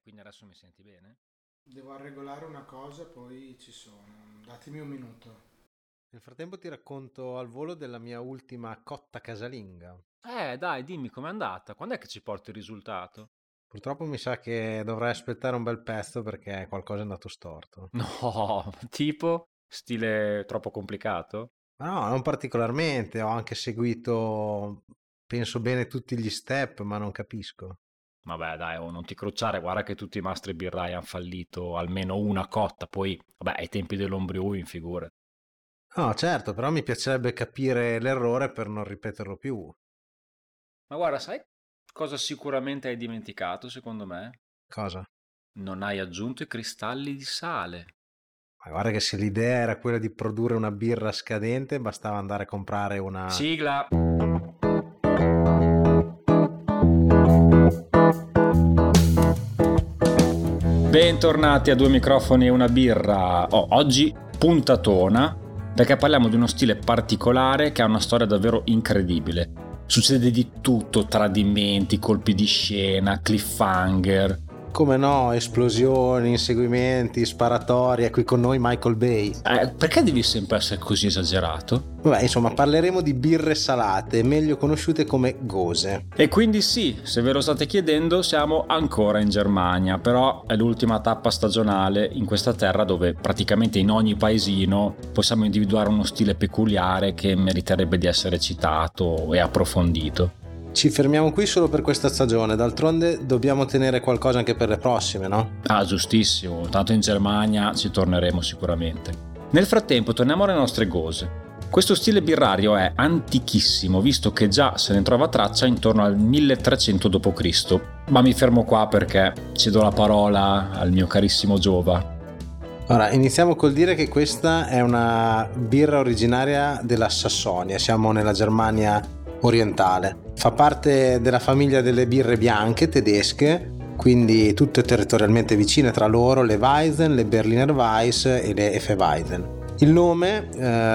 quindi adesso mi senti bene? Devo regolare una cosa, poi ci sono. Datemi un minuto. Nel frattempo ti racconto al volo della mia ultima cotta casalinga. Dai, dimmi com'è andata. Quando è che ci porti il risultato? Purtroppo mi sa che dovrai aspettare un bel pezzo perché qualcosa è andato storto. No, tipo? Stile troppo complicato? Ma no, non particolarmente, ho anche seguito, penso bene tutti gli step, ma non capisco. Vabbè, dai, non ti crucciare, guarda che tutti i mastri birrai hanno fallito almeno una cotta, poi, vabbè, ai tempi dell'Homebrew, figurati. No, certo, però mi piacerebbe capire l'errore per non ripeterlo più. Ma guarda, sai cosa sicuramente hai dimenticato, secondo me? Cosa? Non hai aggiunto i cristalli di sale. Ma guarda che se l'idea era quella di produrre una birra scadente, bastava andare a comprare una... Sigla! Bentornati a Due microfoni e una birra. Oggi puntatona, perché parliamo di uno stile particolare che ha una storia davvero incredibile. Succede di tutto, tradimenti, colpi di scena, cliffhanger. Come no, esplosioni, inseguimenti, sparatorie, qui con noi Michael Bay. Perché devi sempre essere così esagerato? Vabbè, insomma, parleremo di birre salate, meglio conosciute come gose. E quindi sì, se ve lo state chiedendo, siamo ancora in Germania, però è l'ultima tappa stagionale in questa terra dove praticamente in ogni paesino possiamo individuare uno stile peculiare che meriterebbe di essere citato e approfondito. Ci fermiamo qui solo per questa stagione, d'altronde dobbiamo tenere qualcosa anche per le prossime, no? Ah, giustissimo, tanto in Germania ci torneremo sicuramente. Nel frattempo torniamo alle nostre gose. Questo stile birrario è antichissimo, visto che già se ne trova traccia intorno al 1300 d.C. Ma mi fermo qua perché cedo la parola al mio carissimo Giova. Ora, iniziamo col dire che questa è una birra originaria della Sassonia, siamo nella Germania orientale. Fa parte della famiglia delle birre bianche tedesche, quindi tutte territorialmente vicine tra loro, le Weizen, le Berliner Weiss e le Hefeweizen. Il nome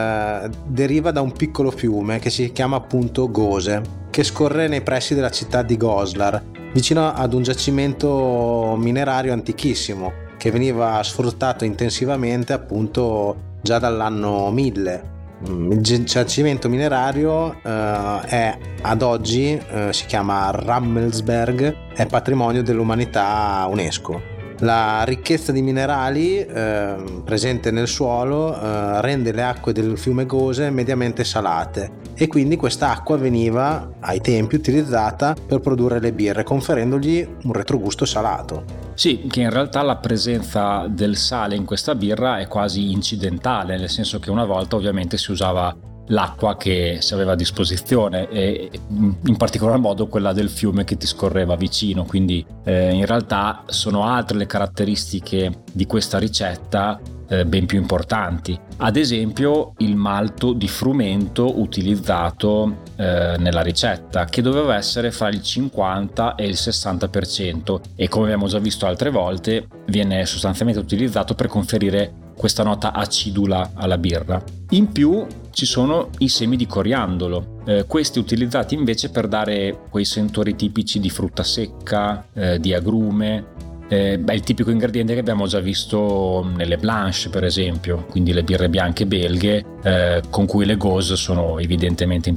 deriva da un piccolo fiume che si chiama appunto Gose, che scorre nei pressi della città di Goslar, vicino ad un giacimento minerario antichissimo che veniva sfruttato intensivamente appunto già dall'anno 1000. Il giacimento minerario è ad oggi si chiama Rammelsberg, è patrimonio dell'umanità UNESCO. La ricchezza di minerali presente nel suolo rende le acque del fiume Gose mediamente salate e quindi quest'acqua veniva ai tempi utilizzata per produrre le birre, conferendogli un retrogusto salato. Sì, che in realtà la presenza del sale in questa birra è quasi incidentale, nel senso che una volta ovviamente si usava l'acqua che si aveva a disposizione e in particolar modo quella del fiume che ti scorreva vicino, quindi in realtà sono altre le caratteristiche di questa ricetta ben più importanti, ad esempio il malto di frumento utilizzato nella ricetta, che doveva essere fra il 50 e il 60% e come abbiamo già visto altre volte viene sostanzialmente utilizzato per conferire questa nota acidula alla birra. In più ci sono i semi di coriandolo, questi utilizzati invece per dare quei sentori tipici di frutta secca, di agrume. Il tipico ingrediente che abbiamo già visto nelle Blanche, per esempio, quindi le birre bianche belghe con cui le gose sono evidentemente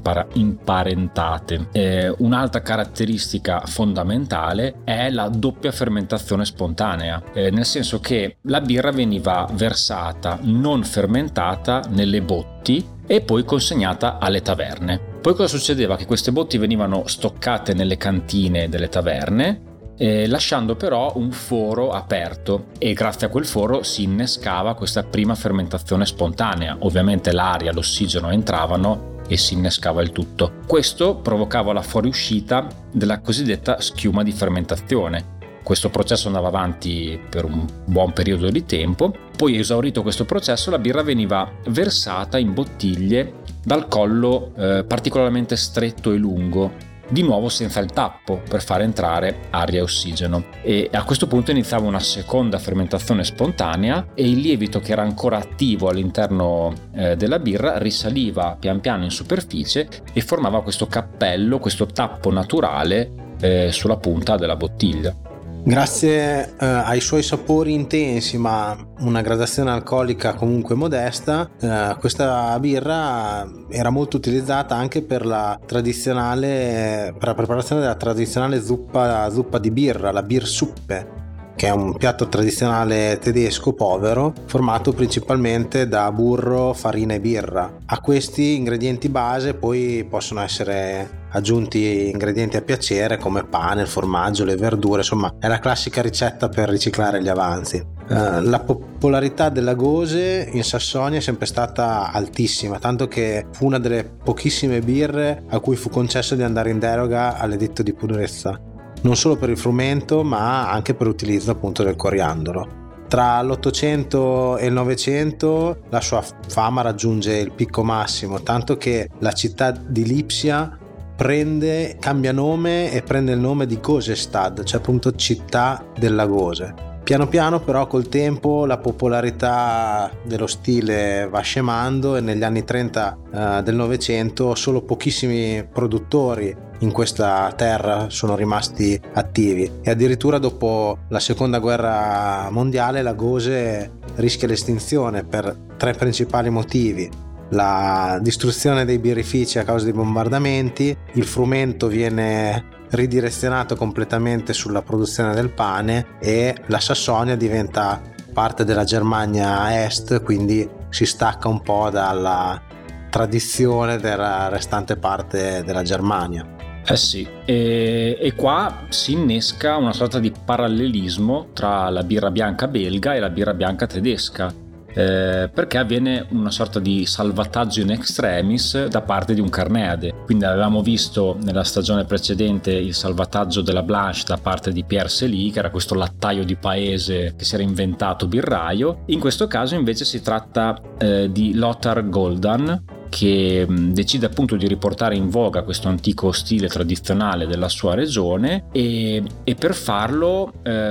imparentate. Un'altra caratteristica fondamentale è la doppia fermentazione spontanea, nel senso che la birra veniva versata non fermentata nelle botti e poi consegnata alle taverne. Poi cosa succedeva? Che queste botti venivano stoccate nelle cantine delle taverne, lasciando però un foro aperto e grazie a quel foro si innescava questa prima fermentazione spontanea. Ovviamente l'aria, l'ossigeno entravano e si innescava il tutto. Questo provocava la fuoriuscita della cosiddetta schiuma di fermentazione. Questo processo andava avanti per un buon periodo di tempo, poi esaurito questo processo la birra veniva versata in bottiglie dal collo particolarmente stretto e lungo, di nuovo senza il tappo per far entrare aria e ossigeno, e a questo punto iniziava una seconda fermentazione spontanea e il lievito che era ancora attivo all'interno della birra risaliva pian piano in superficie e formava questo cappello, questo tappo naturale sulla punta della bottiglia. Grazie ai suoi sapori intensi ma una gradazione alcolica comunque modesta, questa birra era molto utilizzata anche per la preparazione della tradizionale zuppa di birra, la Biersuppe, che è un piatto tradizionale tedesco povero formato principalmente da burro, farina e birra. A questi ingredienti base poi possono essere aggiunti ingredienti a piacere come pane, il formaggio, le verdure, insomma è la classica ricetta per riciclare gli avanzi. La popolarità della Gose in Sassonia è sempre stata altissima, tanto che fu una delle pochissime birre a cui fu concesso di andare in deroga all'editto di purezza, non solo per il frumento ma anche per l'utilizzo appunto del coriandolo. Tra l'800 e il 900 la sua fama raggiunge il picco massimo, tanto che la città di Lipsia cambia nome e prende il nome di Gosestad, cioè appunto città della Gose. Piano piano però col tempo la popolarità dello stile va scemando e negli anni 30 del Novecento solo pochissimi produttori in questa terra sono rimasti attivi e addirittura dopo la seconda guerra mondiale la Gose rischia l'estinzione per 3 principali motivi: la distruzione dei birrifici a causa dei bombardamenti, il frumento viene ridirezionato completamente sulla produzione del pane e la Sassonia diventa parte della Germania Est, quindi si stacca un po' dalla tradizione della restante parte della Germania. Sì, e qua si innesca una sorta di parallelismo tra la birra bianca belga e la birra bianca tedesca, perché avviene una sorta di salvataggio in extremis da parte di un Carneade. Quindi avevamo visto nella stagione precedente il salvataggio della Blanche da parte di Pierre Sely, che era questo lattaio di paese che si era inventato birraio. In questo caso invece si tratta di Lothar Goldan, che decide appunto di riportare in voga questo antico stile tradizionale della sua regione e per farlo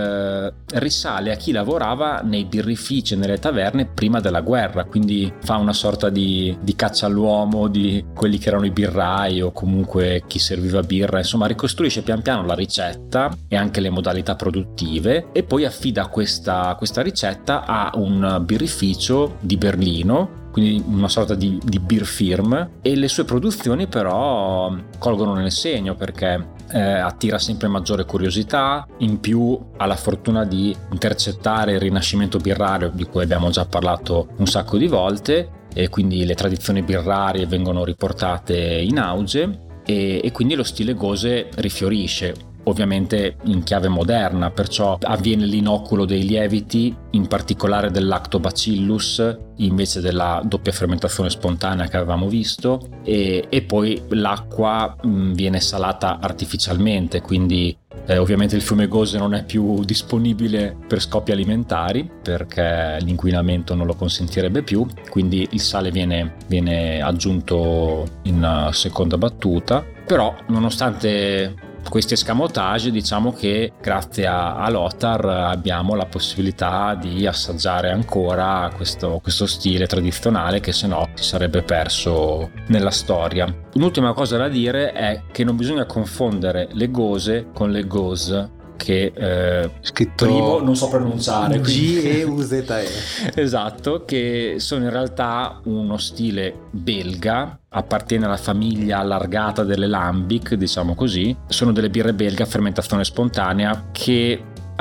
risale a chi lavorava nei birrifici e nelle taverne prima della guerra, quindi fa una sorta di caccia all'uomo di quelli che erano i birrai o comunque chi serviva birra, insomma ricostruisce pian piano la ricetta e anche le modalità produttive e poi affida questa ricetta a un birrificio di Berlino, quindi una sorta di beer firm, e le sue produzioni però colgono nel segno perché attira sempre maggiore curiosità, in più ha la fortuna di intercettare il rinascimento birrario di cui abbiamo già parlato un sacco di volte e quindi le tradizioni birrarie vengono riportate in auge e quindi lo stile Gose rifiorisce. Ovviamente in chiave moderna, perciò avviene l'inoculo dei lieviti, in particolare del lactobacillus invece della doppia fermentazione spontanea che avevamo visto e poi l'acqua viene salata artificialmente, quindi ovviamente il fiume Gose non è più disponibile per scopi alimentari perché l'inquinamento non lo consentirebbe più, quindi il sale viene aggiunto in seconda battuta. Però nonostante questi escamotage, diciamo che grazie a Lothar abbiamo la possibilità di assaggiare ancora questo stile tradizionale che se no si sarebbe perso nella storia. Un'ultima cosa da dire è che non bisogna confondere le Gose con le Gose, che scritto primo non so pronunciare, G-E-U-Z-E. Esatto, che sono in realtà uno stile belga, appartiene alla famiglia allargata delle Lambic, diciamo così. Sono delle birre belga a fermentazione spontanea che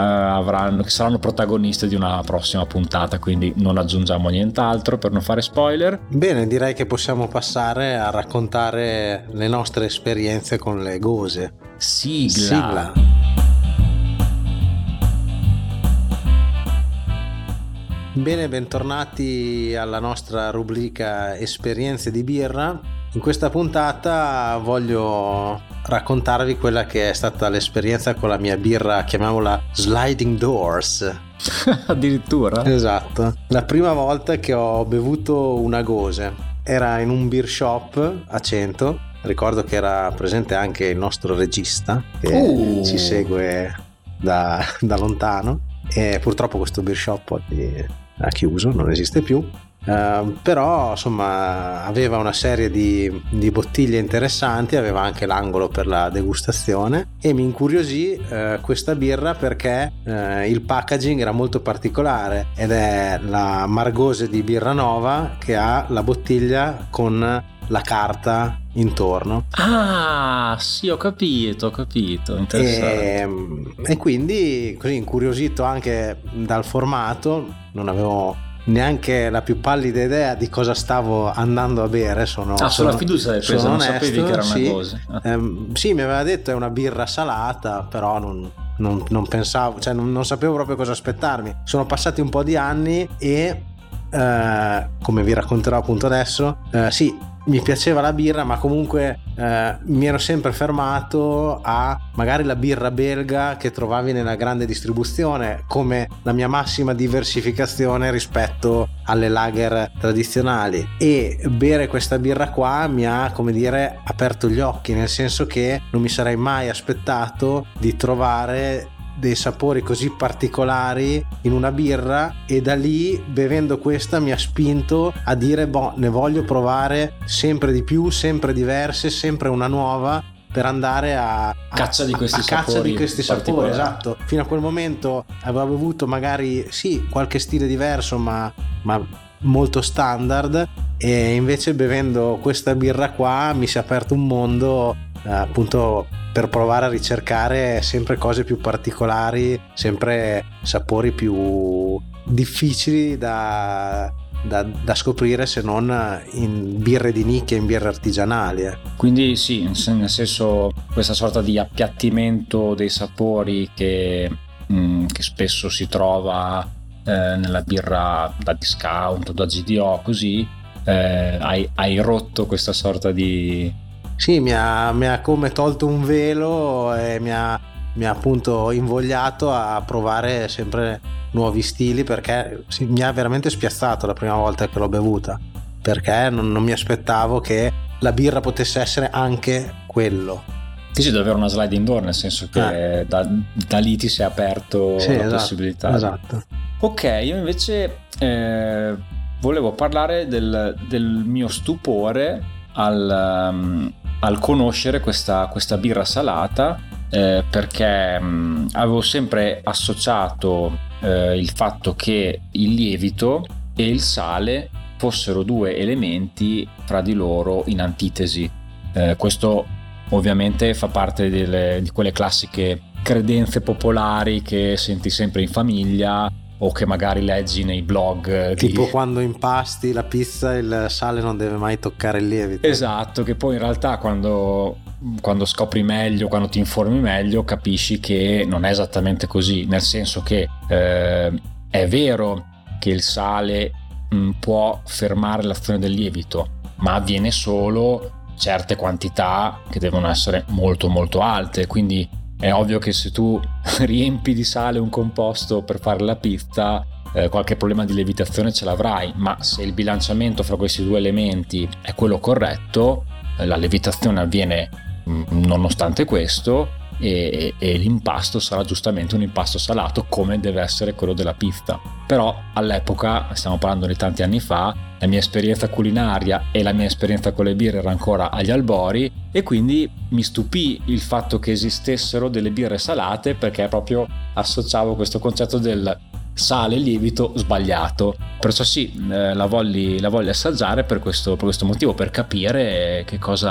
saranno protagoniste di una prossima puntata, quindi non aggiungiamo nient'altro per non fare spoiler. Bene, direi che possiamo passare a raccontare le nostre esperienze con le Gose. Sigla. Bene, bentornati alla nostra rubrica Esperienze di birra. In questa puntata voglio raccontarvi quella che è stata l'esperienza con la mia birra, chiamiamola Sliding Doors. Addirittura? Esatto. La prima volta che ho bevuto una Gose era in un beer shop a Cento. Ricordo che era presente anche il nostro regista che ci segue da lontano e purtroppo questo beer shop oggi ha chiuso, non esiste più. però insomma aveva una serie di bottiglie interessanti, aveva anche l'angolo per la degustazione e mi incuriosì questa birra perché il packaging era molto particolare ed è la Margose di Birra Nova che ha la bottiglia con la carta intorno. Ah, sì, ho capito, interessante. E quindi così incuriosito anche dal formato, non avevo neanche la più pallida idea di cosa stavo andando a bere. Sulla fiducia l'hai presa, non sapevi che era una sì. cosa. Sì, mi aveva detto è una birra salata, però non pensavo, cioè non sapevo proprio cosa aspettarmi. Sono passati un po' di anni e come vi racconterò appunto adesso, sì, mi piaceva la birra, ma comunque mi ero sempre fermato a magari la birra belga che trovavi nella grande distribuzione come la mia massima diversificazione rispetto alle lager tradizionali, e bere questa birra qua mi ha, come dire, aperto gli occhi, nel senso che non mi sarei mai aspettato di trovare dei sapori così particolari in una birra, e da lì, bevendo questa, mi ha spinto a dire ne voglio provare sempre di più, sempre diverse, sempre una nuova, per andare a caccia di questi sapori. Esatto. Fino a quel momento avevo bevuto magari sì qualche stile diverso, ma molto standard, e invece bevendo questa birra qua mi si è aperto un mondo appunto per provare a ricercare sempre cose più particolari, sempre sapori più difficili da scoprire se non in birre di nicchia, in birre artigianali. Quindi sì, nel senso, questa sorta di appiattimento dei sapori che spesso si trova nella birra da discount o da GDO, così hai rotto questa sorta di... Sì, mi ha come tolto un velo e mi ha appunto invogliato a provare sempre nuovi stili, perché mi ha veramente spiazzato la prima volta che l'ho bevuta, perché non mi aspettavo che la birra potesse essere anche quello. Sì, davvero una sliding door, nel senso che da lì ti si è aperto la possibilità. Esatto. Ok, io invece volevo parlare del mio stupore al conoscere questa birra salata, perché avevo sempre associato il fatto che il lievito e il sale fossero due elementi fra di loro in antitesi. Questo ovviamente fa parte di quelle classiche credenze popolari che senti sempre in famiglia o che magari leggi nei blog tipo quando impasti la pizza il sale non deve mai toccare il lievito. Esatto, che poi in realtà quando scopri meglio, quando ti informi meglio, capisci che non è esattamente così, nel senso che è vero che il sale può fermare l'azione del lievito, ma avviene solo certe quantità che devono essere molto molto alte, quindi è ovvio che se tu riempi di sale un composto per fare la pizza, qualche problema di lievitazione ce l'avrai, ma se il bilanciamento fra questi due elementi è quello corretto, la lievitazione avviene nonostante questo, e l'impasto sarà giustamente un impasto salato come deve essere quello della pizza. Però all'epoca, stiamo parlando di tanti anni fa, la mia esperienza culinaria e la mia esperienza con le birre era ancora agli albori, e quindi mi stupì il fatto che esistessero delle birre salate, perché proprio associavo questo concetto del sale lievito sbagliato. Perciò sì, la volli assaggiare per questo motivo, per capire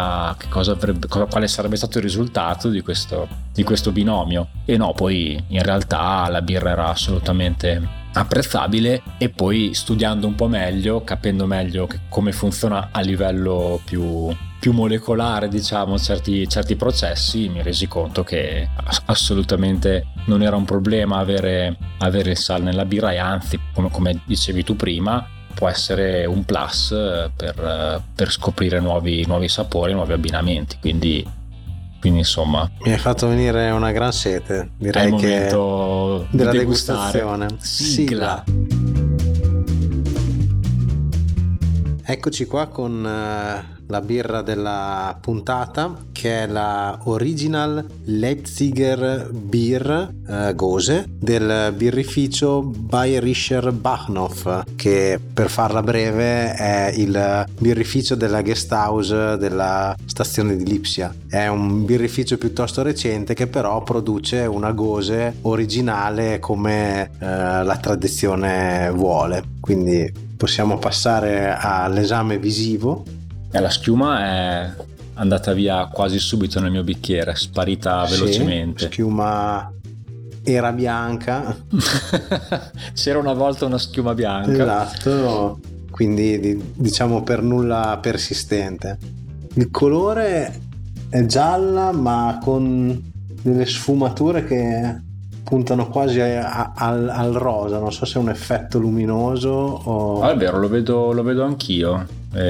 quale sarebbe stato il risultato di questo binomio. E no, poi in realtà la birra era assolutamente apprezzabile, e poi studiando un po' meglio, capendo meglio come funziona a livello più molecolare, diciamo, certi processi, mi resi conto che assolutamente non era un problema avere il sale nella birra, e anzi, come dicevi tu prima, può essere un plus per scoprire nuovi sapori, nuovi abbinamenti, quindi insomma mi hai fatto venire una gran sete, direi, è il momento della di degustazione. Sigla. Eccoci qua con la birra della puntata, che è la Original Leipziger Bier Gose del birrificio Bayerischer Bahnhof, che per farla breve è il birrificio della guest house della stazione di Lipsia. È un birrificio piuttosto recente che però produce una Gose originale come la tradizione vuole. Quindi possiamo passare all'esame visivo. La schiuma è andata via quasi subito nel mio bicchiere, sparita velocemente. Schiuma era bianca. C'era una volta una schiuma bianca. Esatto, quindi diciamo per nulla persistente. Il colore è gialla ma con delle sfumature che puntano quasi al rosa, non so se è un effetto luminoso o... È vero, lo vedo anch'io.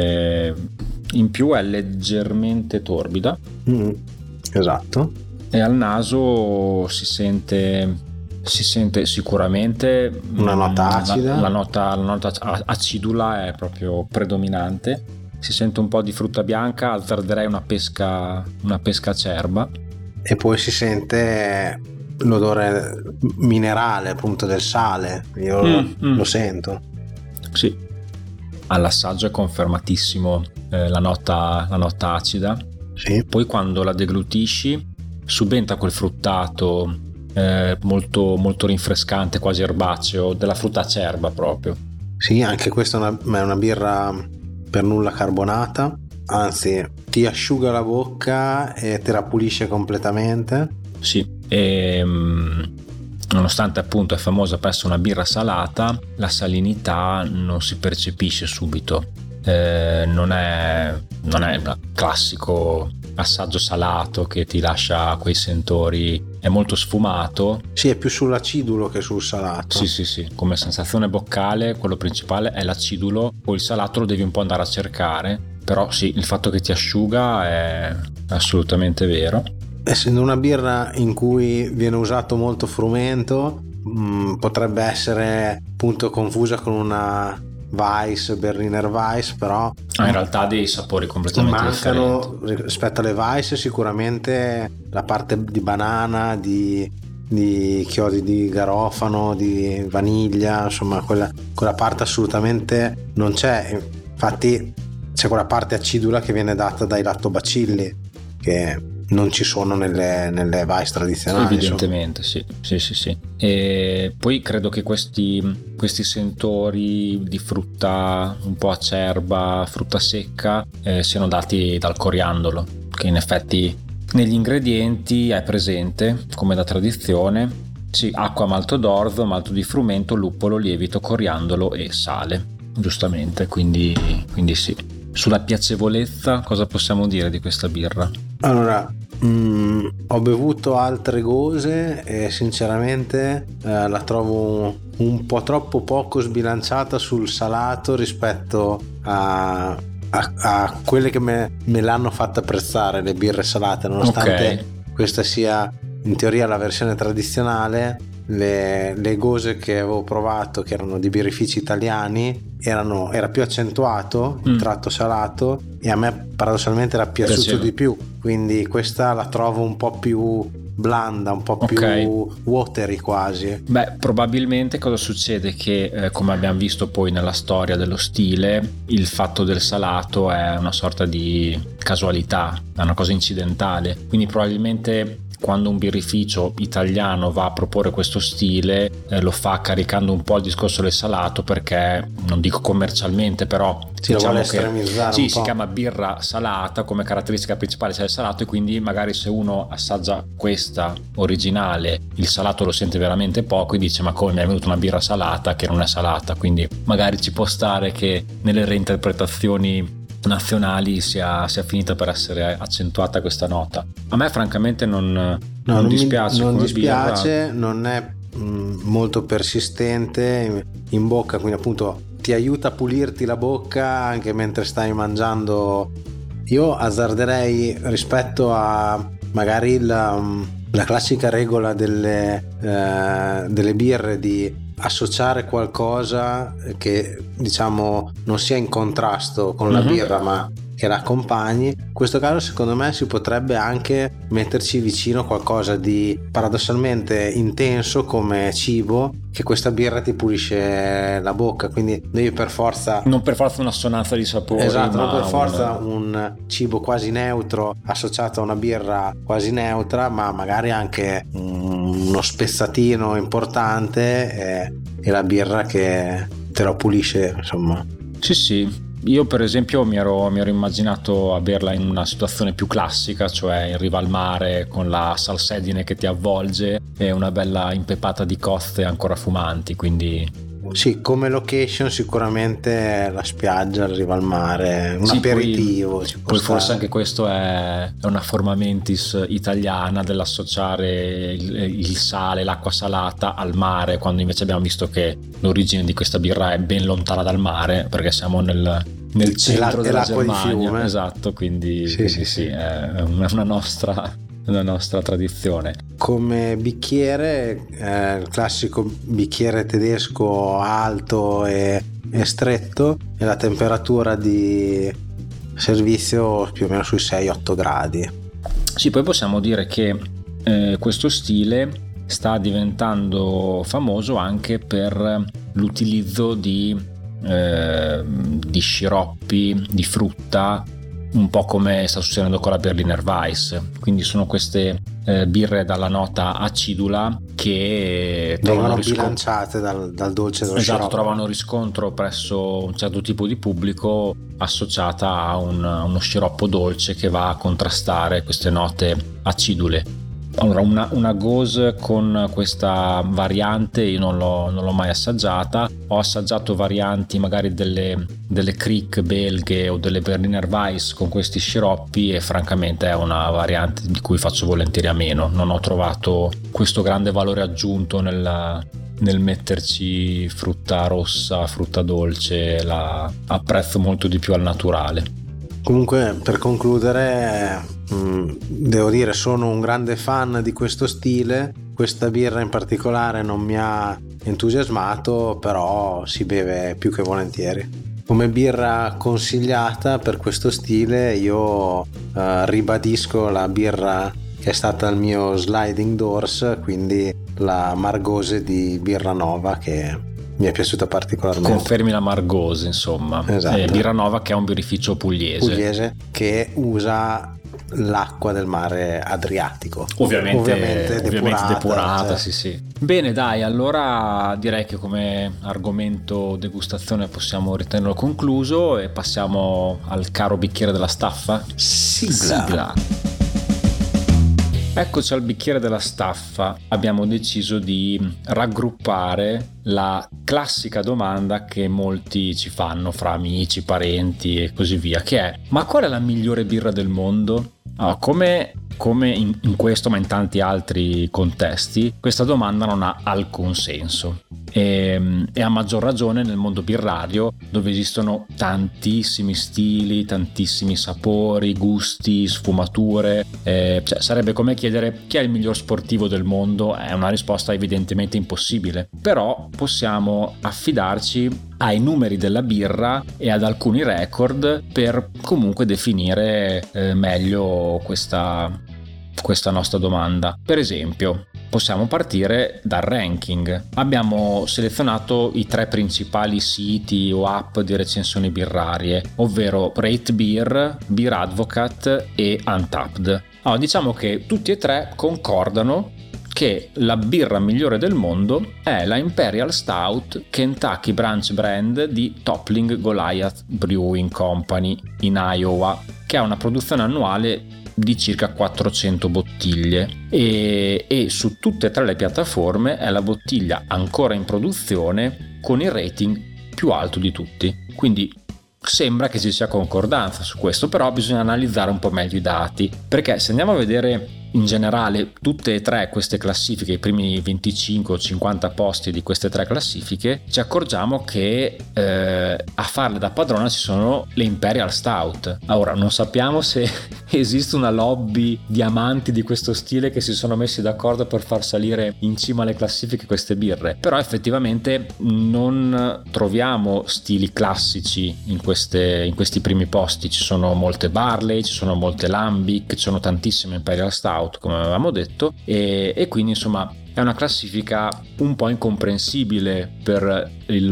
In più è leggermente torbida. Esatto. E al naso si sente sicuramente una nota acida. La nota acidula è proprio predominante. Si sente un po' di frutta bianca, azzarderei una pesca acerba. E poi si sente l'odore minerale appunto del sale, io lo sento. Sì, all'assaggio è confermatissimo la nota acida. Sì. Poi quando la deglutisci subentra quel fruttato molto, molto rinfrescante, quasi erbaceo, della frutta acerba proprio. Sì, anche questa è una birra per nulla carbonata, anzi ti asciuga la bocca e te la pulisce completamente. Sì, e nonostante appunto è famosa per essere una birra salata, la salinità non si percepisce subito. Non è il classico assaggio salato che ti lascia quei sentori, è molto sfumato. Sì, è più sull'acidulo che sul salato. Sì, come sensazione boccale quello principale è l'acidulo, poi il salato lo devi un po' andare a cercare, però sì, il fatto che ti asciuga è assolutamente vero. Essendo una birra in cui viene usato molto frumento, potrebbe essere appunto confusa con una Weiss, Berliner Weiss, però in realtà ha dei sapori completamente mancano differenti. Rispetto alle Weiss sicuramente la parte di banana, di chiodi di garofano, di vaniglia, insomma quella parte assolutamente non c'è. Infatti c'è quella parte acidula che viene data dai lattobacilli che non ci sono nelle Weiss tradizionali. Evidentemente sì. E poi credo che questi sentori di frutta un po' acerba, frutta secca, siano dati dal coriandolo, che in effetti negli ingredienti è presente come da tradizione. Sì, acqua, malto d'orzo, malto di frumento, luppolo, lievito, coriandolo e sale, giustamente, quindi sì. Sulla piacevolezza cosa possiamo dire di questa birra? Allora, ho bevuto altre Gose e sinceramente la trovo un po' troppo poco sbilanciata sul salato rispetto a quelle che me l'hanno fatta apprezzare, le birre salate, nonostante questa sia in teoria la versione tradizionale. Le Gose che avevo provato, che erano di birrifici italiani, era più accentuato il tratto salato e a me paradossalmente era piaciuto di più, quindi questa la trovo un po' più blanda, un po' più watery quasi. Beh, probabilmente cosa succede? Che come abbiamo visto poi nella storia dello stile, il fatto del salato è una sorta di casualità, è una cosa incidentale, quindi probabilmente quando un birrificio italiano va a proporre questo stile lo fa caricando un po' il discorso del salato, perché non dico commercialmente, però diciamo che si chiama birra salata, come caratteristica principale c'è il salato, e quindi magari se uno assaggia questa originale il salato lo sente veramente poco e dice ma come mi è venuta una birra salata che non è salata, quindi magari ci può stare che nelle reinterpretazioni nazionali sia finita per essere accentuata questa nota. A me francamente non dispiace. Non dispiace, non è molto persistente in bocca, quindi appunto ti aiuta a pulirti la bocca anche mentre stai mangiando. Io azzarderei rispetto a magari la classica regola delle birre di associare qualcosa che diciamo non sia in contrasto con la birra, ma che la accompagni. In questo caso secondo me si potrebbe anche metterci vicino qualcosa di paradossalmente intenso come cibo, che questa birra ti pulisce la bocca, quindi devi per forza, non per forza un'assonanza di sapore, esatto, ma non per forza un cibo quasi neutro associato a una birra quasi neutra, ma magari anche uno spezzatino importante e la birra che te lo pulisce, insomma. Sì, io per esempio mi ero immaginato a berla in una situazione più classica, cioè in riva al mare con la salsedine che ti avvolge e una bella impepata di cozze ancora fumanti, quindi sì, come location sicuramente la spiaggia, la riva al mare, un aperitivo. Poi forse anche questo è una forma mentis italiana dell'associare il sale, l'acqua salata al mare, quando invece abbiamo visto che l'origine di questa birra è ben lontana dal mare, perché siamo nel centro della Germania. Esatto, quindi sì, è una nostra tradizione. Come bicchiere, il classico bicchiere tedesco alto e stretto, e la temperatura di servizio più o meno sui 6-8 gradi. Sì, poi possiamo dire che questo stile sta diventando famoso anche per l'utilizzo di sciroppi di frutta, un po' come sta succedendo con la Berliner Weiss. Quindi sono queste birre dalla nota acidula che vengono bilanciate dal dolce dello sciroppo. Trovano riscontro presso un certo tipo di pubblico, associata a uno sciroppo dolce che va a contrastare queste note acidule. Allora, una gose con questa variante io non l'ho mai assaggiata. Ho assaggiato varianti magari delle Kriek belghe o delle Berliner Weiss con questi sciroppi, e francamente è una variante di cui faccio volentieri a meno. Non ho trovato questo grande valore aggiunto nel metterci frutta rossa, frutta dolce. La apprezzo molto di più al naturale. Comunque, per concludere, devo dire, sono un grande fan di questo stile. Questa birra in particolare non mi ha entusiasmato, però si beve più che volentieri. Come birra consigliata per questo stile io ribadisco la birra che è stata il mio sliding doors, quindi la Margose di Birra Nova, che mi è piaciuta particolarmente. Confermi la Margose, insomma. Esatto. Birra Nova, che è un birrificio pugliese che usa l'acqua del mare Adriatico, ovviamente depurata, cioè. Sì. Bene, dai, allora direi che come argomento degustazione possiamo ritenerlo concluso e passiamo al caro bicchiere della staffa. Sigla. Eccoci al bicchiere della staffa. Abbiamo deciso di raggruppare la classica domanda che molti ci fanno fra amici, parenti e così via, che è: ma qual è la migliore birra del mondo? Come in questo ma in tanti altri contesti, questa domanda non ha alcun senso, e a maggior ragione nel mondo birrario, dove esistono tantissimi stili, tantissimi sapori, gusti, sfumature. Sarebbe come chiedere chi è il miglior sportivo del mondo. È una risposta evidentemente impossibile, però possiamo affidarci ai numeri della birra e ad alcuni record per comunque definire meglio questa nostra domanda. Per esempio, possiamo partire dal ranking. Abbiamo selezionato i 3 principali siti o app di recensioni birrarie, ovvero Rate Beer, Beer Advocate e Untapped. Allora, diciamo che tutti e 3 concordano che la birra migliore del mondo è la Imperial Stout Kentucky Branch Brand di Toppling Goliath Brewing Company in Iowa, che ha una produzione annuale di circa 400 bottiglie e su tutte e 3 le piattaforme è la bottiglia ancora in produzione con il rating più alto di tutti. Quindi sembra che ci sia concordanza su questo, però bisogna analizzare un po' meglio i dati, perché se andiamo a vedere in generale tutte e tre queste classifiche, i primi 25 o 50 posti di queste tre classifiche, ci accorgiamo che a farle da padrona ci sono le Imperial Stout. Ora non sappiamo se esiste una lobby di amanti di questo stile che si sono messi d'accordo per far salire in cima alle classifiche queste birre, però effettivamente non troviamo stili classici in questi primi posti. Ci sono molte Barley, ci sono molte Lambic, ci sono tantissime Imperial Stout come avevamo detto, e quindi insomma è una classifica un po' incomprensibile per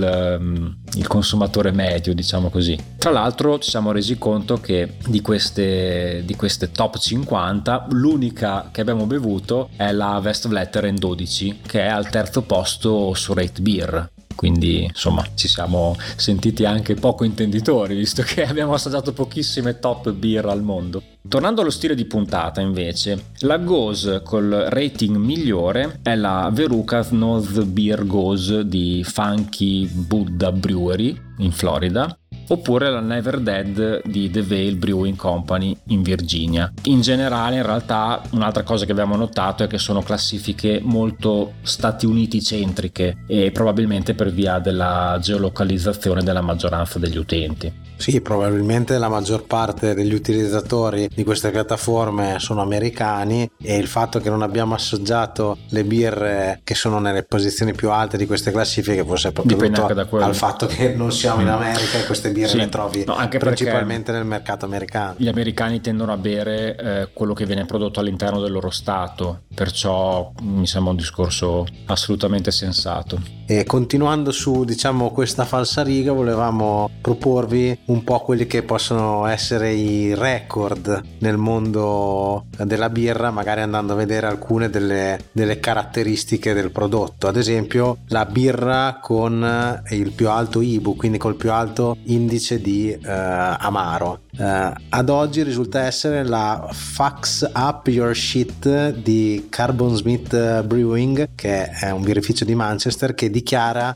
il consumatore medio, diciamo così. Tra l'altro ci siamo resi conto che di queste top 50 l'unica che abbiamo bevuto è la Westvleteren 12, che è al terzo posto su Rate Beer. Quindi insomma ci siamo sentiti anche poco intenditori, visto che abbiamo assaggiato pochissime top beer al mondo. Tornando allo stile di puntata invece, la Gose col rating migliore è la Veruca North Beer Gose di Funky Buddha Brewery in Florida, oppure la Never Dead di The Vale Brewing Company in Virginia. In generale, in realtà, un'altra cosa che abbiamo notato è che sono classifiche molto Stati Uniti centriche, e probabilmente per via della geolocalizzazione della maggioranza degli utenti. Sì, probabilmente la maggior parte degli utilizzatori di queste piattaforme sono americani, e il fatto che non abbiamo assaggiato le birre che sono nelle posizioni più alte di queste classifiche forse è proprio dovuto al fatto che non siamo in America e queste birre le trovi anche principalmente nel mercato americano. Gli americani tendono a bere quello che viene prodotto all'interno del loro stato, perciò mi sembra un discorso assolutamente sensato. E continuando su, diciamo, questa falsariga, volevamo proporvi un po' quelli che possono essere i record nel mondo della birra, magari andando a vedere alcune delle caratteristiche del prodotto. Ad esempio la birra con il più alto IBU, quindi col più alto indice di amaro. Ad oggi risulta essere la Fucks Up Your Shit di Carbon Smith Brewing, che è un birrificio di Manchester, che dichiara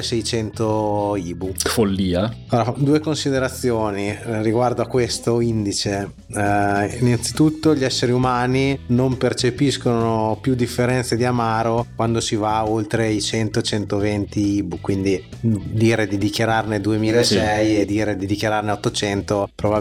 2600 IBU. Follia. Allora, due considerazioni riguardo a questo indice. Innanzitutto, gli esseri umani non percepiscono più differenze di amaro quando si va oltre i 100-120 IBU, quindi dire di dichiararne 2006 e dire di dichiararne 800 probabilmente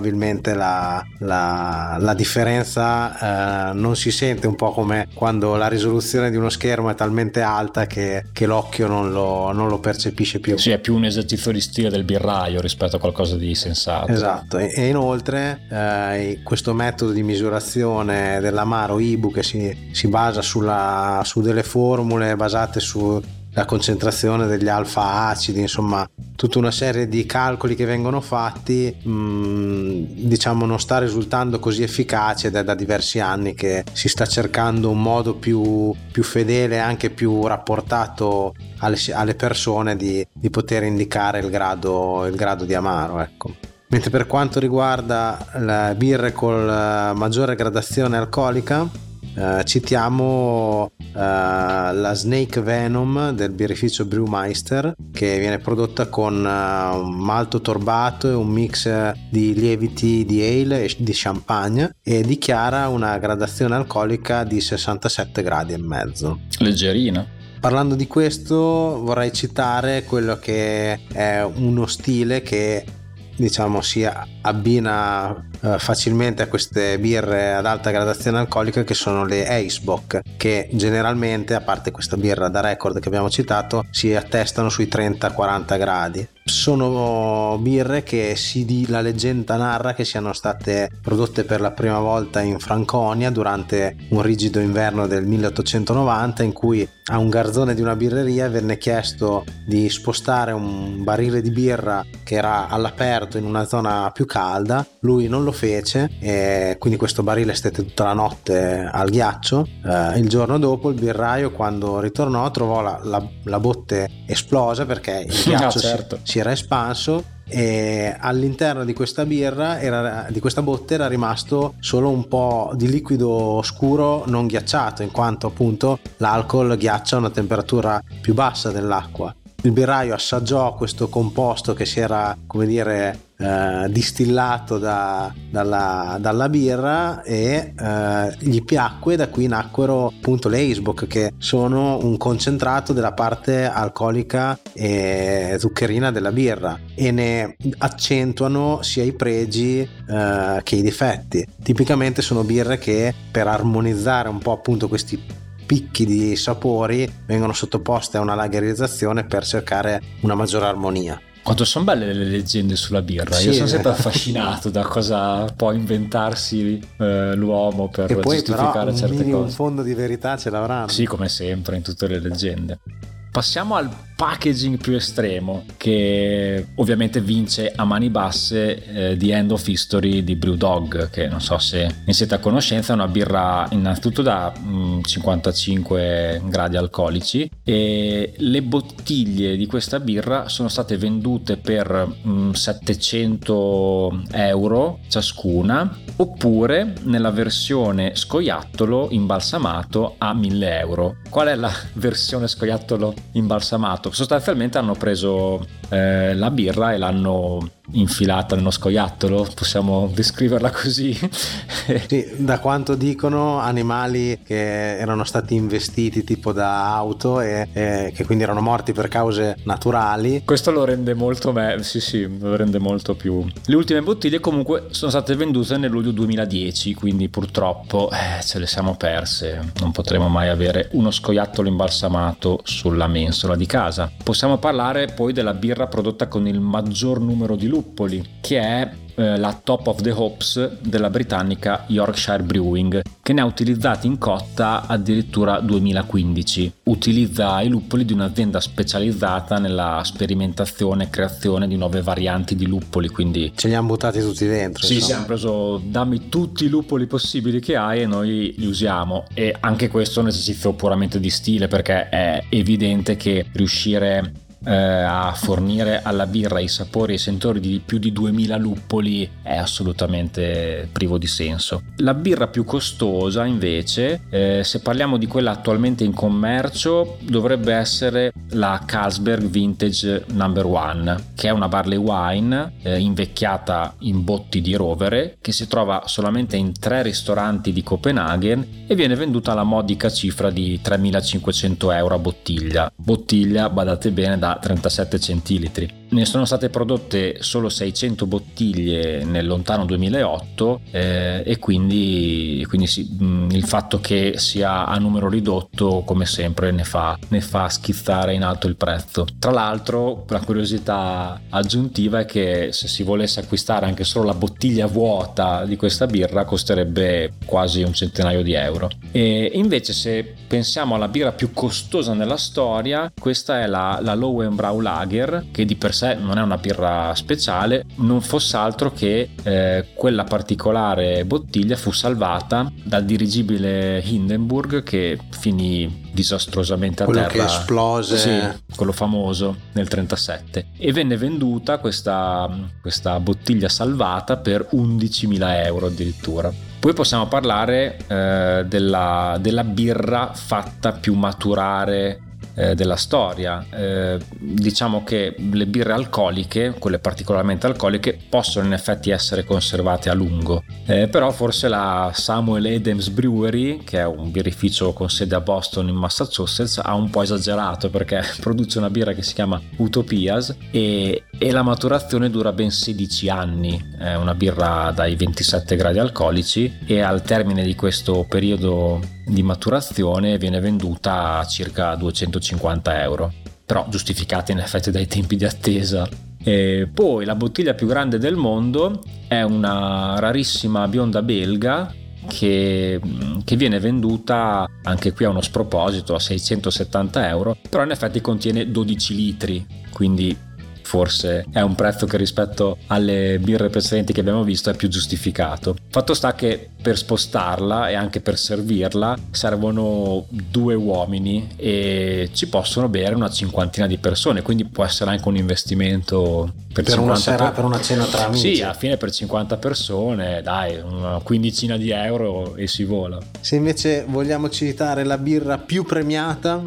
la differenza non si sente, un po' come quando la risoluzione di uno schermo è talmente alta che l'occhio non lo percepisce più. Sì, è più un esercizio di stile del birraio rispetto a qualcosa di sensato. Esatto, e inoltre questo metodo di misurazione dell'amaro IBU, che si basa su delle formule basate la concentrazione degli alfa acidi, insomma tutta una serie di calcoli che vengono fatti, diciamo non sta risultando così efficace, ed è da diversi anni che si sta cercando un modo più fedele, anche più rapportato alle persone di poter indicare il grado di amaro, ecco. Mentre per quanto riguarda le birre con maggiore gradazione alcolica, citiamo la Snake Venom del birrificio Brewmeister, che viene prodotta con un malto torbato e un mix di lieviti di ale e di champagne, e dichiara una gradazione alcolica di 67 gradi e mezzo. Leggerina. Parlando di questo, vorrei citare quello che è uno stile che, diciamo, si abbina facilmente a queste birre ad alta gradazione alcolica, che sono le Eisbock, che generalmente, a parte questa birra da record che abbiamo citato, si attestano sui 30-40 gradi. Sono birre che la leggenda narra che siano state prodotte per la prima volta in Franconia durante un rigido inverno del 1890, in cui a un garzone di una birreria venne chiesto di spostare un barile di birra che era all'aperto in una zona più calda. Lui non lo fece, e quindi questo barile stette tutta la notte al ghiaccio. Il giorno dopo il birraio, quando ritornò, trovò la botte esplosa, perché il ghiaccio si era espanso, e all'interno di questa di questa botte era rimasto solo un po' di liquido scuro non ghiacciato, in quanto appunto l'alcol ghiaccia a una temperatura più bassa dell'acqua. il birraio assaggiò questo composto che si era, come dire, distillato dalla birra e gli piacque. Da qui nacquero appunto le Eisbock, che sono un concentrato della parte alcolica e zuccherina della birra e ne accentuano sia i pregi che i difetti. Tipicamente sono birre che, per armonizzare un po' appunto questi picchi di sapori, vengono sottoposte a una lagerizzazione per cercare una maggiore armonia. Quanto sono belle le leggende sulla birra. Sì. Io sono sempre affascinato da cosa può inventarsi l'uomo per e poi giustificare però certe cose. un fondo di verità ce l'avranno. Sì, come sempre in tutte le leggende. Passiamo al packaging più estremo, che ovviamente vince a mani basse The End of History di Brewdog, che non so se ne siete a conoscenza. È una birra innanzitutto da 55 gradi alcolici, e le bottiglie di questa birra sono state vendute per 700 euro ciascuna, oppure nella versione scoiattolo imbalsamato a 1000 euro. Qual è la versione scoiattolo imbalsamato? Sostanzialmente hanno preso la birra e l'hanno infilata nello scoiattolo, possiamo descriverla così. Sì, da quanto dicono, animali che erano stati investiti tipo da auto e che quindi erano morti per cause naturali. Questo lo rende molto lo rende molto più. Le ultime bottiglie comunque sono state vendute nel luglio 2010, quindi purtroppo ce le siamo perse. Non potremo mai avere uno scoiattolo imbalsamato sulla mensola di casa. Possiamo parlare poi della birra prodotta con il maggior numero di luppoli, che è la Top of the Hops della britannica Yorkshire Brewing, che ne ha utilizzati in cotta addirittura 2015. Utilizza i luppoli di un'azienda specializzata nella sperimentazione e creazione di nuove varianti di luppoli, quindi ce li hanno buttati tutti dentro. Sì, si hanno preso, dammi tutti i luppoli possibili che hai e noi li usiamo. E anche questo è un esercizio puramente di stile, perché è evidente che riuscire a fornire alla birra i sapori e i sentori di più di 2000 luppoli è assolutamente privo di senso. La birra più costosa invece, se parliamo di quella attualmente in commercio, dovrebbe essere la Carlsberg Vintage No. 1, che è una barley wine invecchiata in botti di rovere, che si trova solamente in 3 ristoranti di Copenaghen e viene venduta alla modica cifra di 3.500 euro a bottiglia, badate bene, da 37 centilitri. Ne sono state prodotte solo 600 bottiglie nel lontano 2008 e quindi sì, il fatto che sia a numero ridotto come sempre ne fa schizzare in alto il prezzo. Tra l'altro, la curiosità aggiuntiva è che se si volesse acquistare anche solo la bottiglia vuota di questa birra costerebbe quasi un centinaio di euro. E invece, se pensiamo alla birra più costosa nella storia, questa è la Löwenbräu Lager, che di per sé non è una birra speciale, non fosse altro che quella particolare bottiglia fu salvata dal dirigibile Hindenburg, che finì disastrosamente a terra, quello che esplose, sì, quello famoso nel 37, e venne venduta questa bottiglia salvata per 11.000 euro addirittura. Poi possiamo parlare della birra fatta più maturare della storia. Diciamo che le birre alcoliche, quelle particolarmente alcoliche, possono in effetti essere conservate a lungo, però forse la Samuel Adams Brewery, che è un birrificio con sede a Boston in Massachusetts, ha un po' esagerato, perché produce una birra che si chiama Utopias e la maturazione dura ben 16 anni. È una birra dai 27 gradi alcolici e al termine di questo periodo di maturazione viene venduta a circa 250 euro, però giustificata in effetti dai tempi di attesa. E poi la bottiglia più grande del mondo è una rarissima bionda belga che viene venduta anche qui a uno sproposito a 670 euro, però in effetti contiene 12 litri, quindi forse è un prezzo che rispetto alle birre precedenti che abbiamo visto è più giustificato. Fatto sta che per spostarla e anche per servirla servono 2 uomini e ci possono bere una cinquantina di persone, quindi può essere anche un investimento per una sera, per una cena tra amici. Sì, alla fine per 50 persone, dai, una quindicina di euro e si vola. Se invece vogliamo citare la birra più premiata,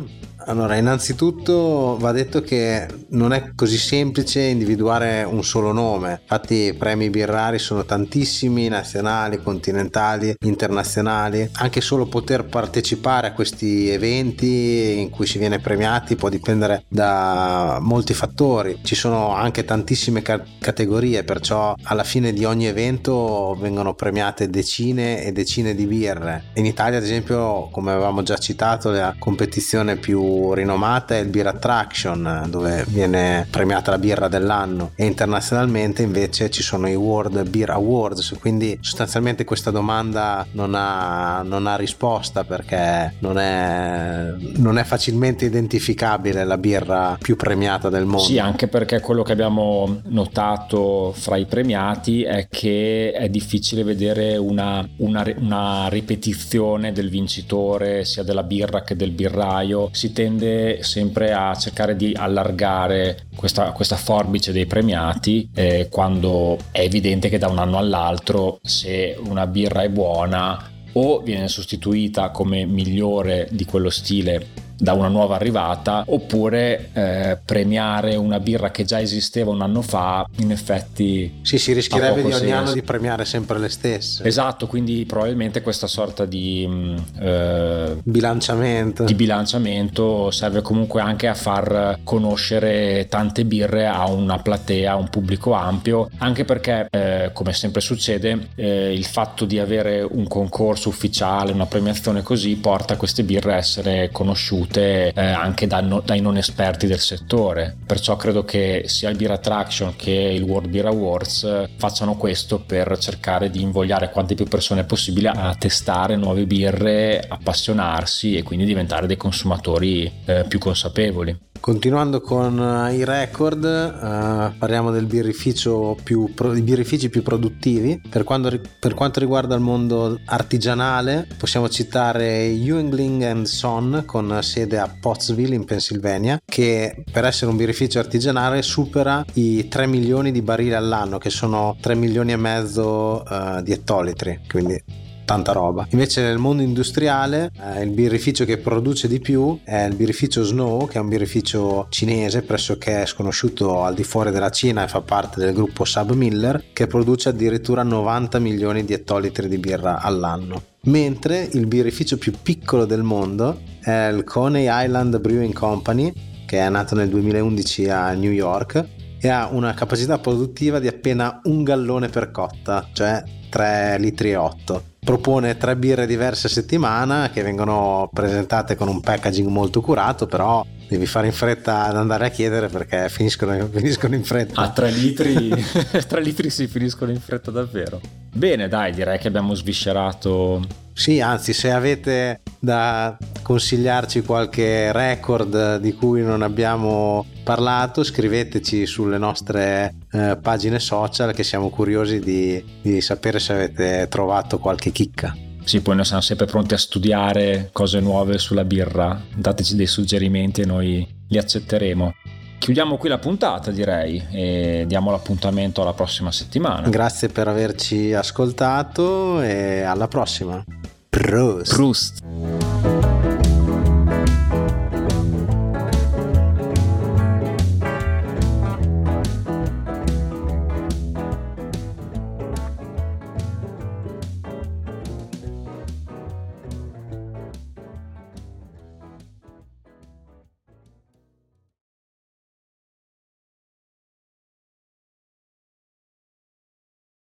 Allora, innanzitutto va detto che non è così semplice individuare un solo nome. Infatti i premi birrari sono tantissimi, nazionali, continentali, internazionali. Anche solo poter partecipare a questi eventi in cui si viene premiati può dipendere da molti fattori. Ci sono anche tantissime categorie, perciò alla fine di ogni evento vengono premiate decine e decine di birre. In Italia, ad esempio, come avevamo già citato, la competizione più rinomata è il Beer Attraction, dove viene premiata la birra dell'anno, e internazionalmente invece ci sono i World Beer Awards. Quindi sostanzialmente questa domanda non ha risposta, perché non è facilmente identificabile la birra più premiata del mondo. Sì, anche perché quello che abbiamo notato fra i premiati è che è difficile vedere una ripetizione del vincitore, sia della birra che del birraio. Si tende sempre a cercare di allargare questa forbice dei premiati, quando è evidente che da un anno all'altro, se una birra è buona, o viene sostituita come migliore di quello stile da una nuova arrivata, oppure premiare una birra che già esisteva un anno fa, in effetti sì, si rischierebbe di ogni anno di premiare sempre le stesse. Esatto, quindi probabilmente questa sorta di bilanciamento serve comunque anche a far conoscere tante birre a una platea, a un pubblico ampio, anche perché come sempre succede, il fatto di avere un concorso ufficiale, una premiazione così, porta queste birre a essere conosciute anche dai non esperti del settore. Perciò credo che sia il Beer Attraction che il World Beer Awards facciano questo per cercare di invogliare quante più persone possibile a testare nuove birre, appassionarsi e quindi diventare dei consumatori più consapevoli. Continuando con i record, parliamo del i birrifici più produttivi. Per quanto riguarda il mondo artigianale, possiamo citare Yuengling & Son, con sede a Pottsville in Pennsylvania, che per essere un birrificio artigianale supera i 3 milioni di barili all'anno, che sono 3 milioni e mezzo di ettolitri, quindi tanta roba. Invece nel mondo industriale il birrificio che produce di più è il birrificio Snow, che è un birrificio cinese pressoché sconosciuto al di fuori della Cina e fa parte del gruppo SABMiller, che produce addirittura 90 milioni di ettolitri di birra all'anno. Mentre il birrificio più piccolo del mondo è il Coney Island Brewing Company, che è nato nel 2011 a New York e ha una capacità produttiva di appena 1 gallone per cotta, cioè 3 litri e 8. Propone 3 birre diverse a settimana che vengono presentate con un packaging molto curato, però devi fare in fretta ad andare a chiedere perché finiscono in fretta. A 3 litri 3 litri si finiscono in fretta davvero. Bene, dai, direi che abbiamo sviscerato. Sì, anzi, se avete da consigliarci qualche record di cui non abbiamo parlato, scriveteci sulle nostre pagine social, che siamo curiosi di sapere se avete trovato qualche chicca. Sì, poi noi siamo sempre pronti a studiare cose nuove sulla birra. Dateci dei suggerimenti e noi li accetteremo. Chiudiamo qui la puntata, direi, e diamo l'appuntamento alla prossima settimana. Grazie per averci ascoltato e alla prossima. Prost!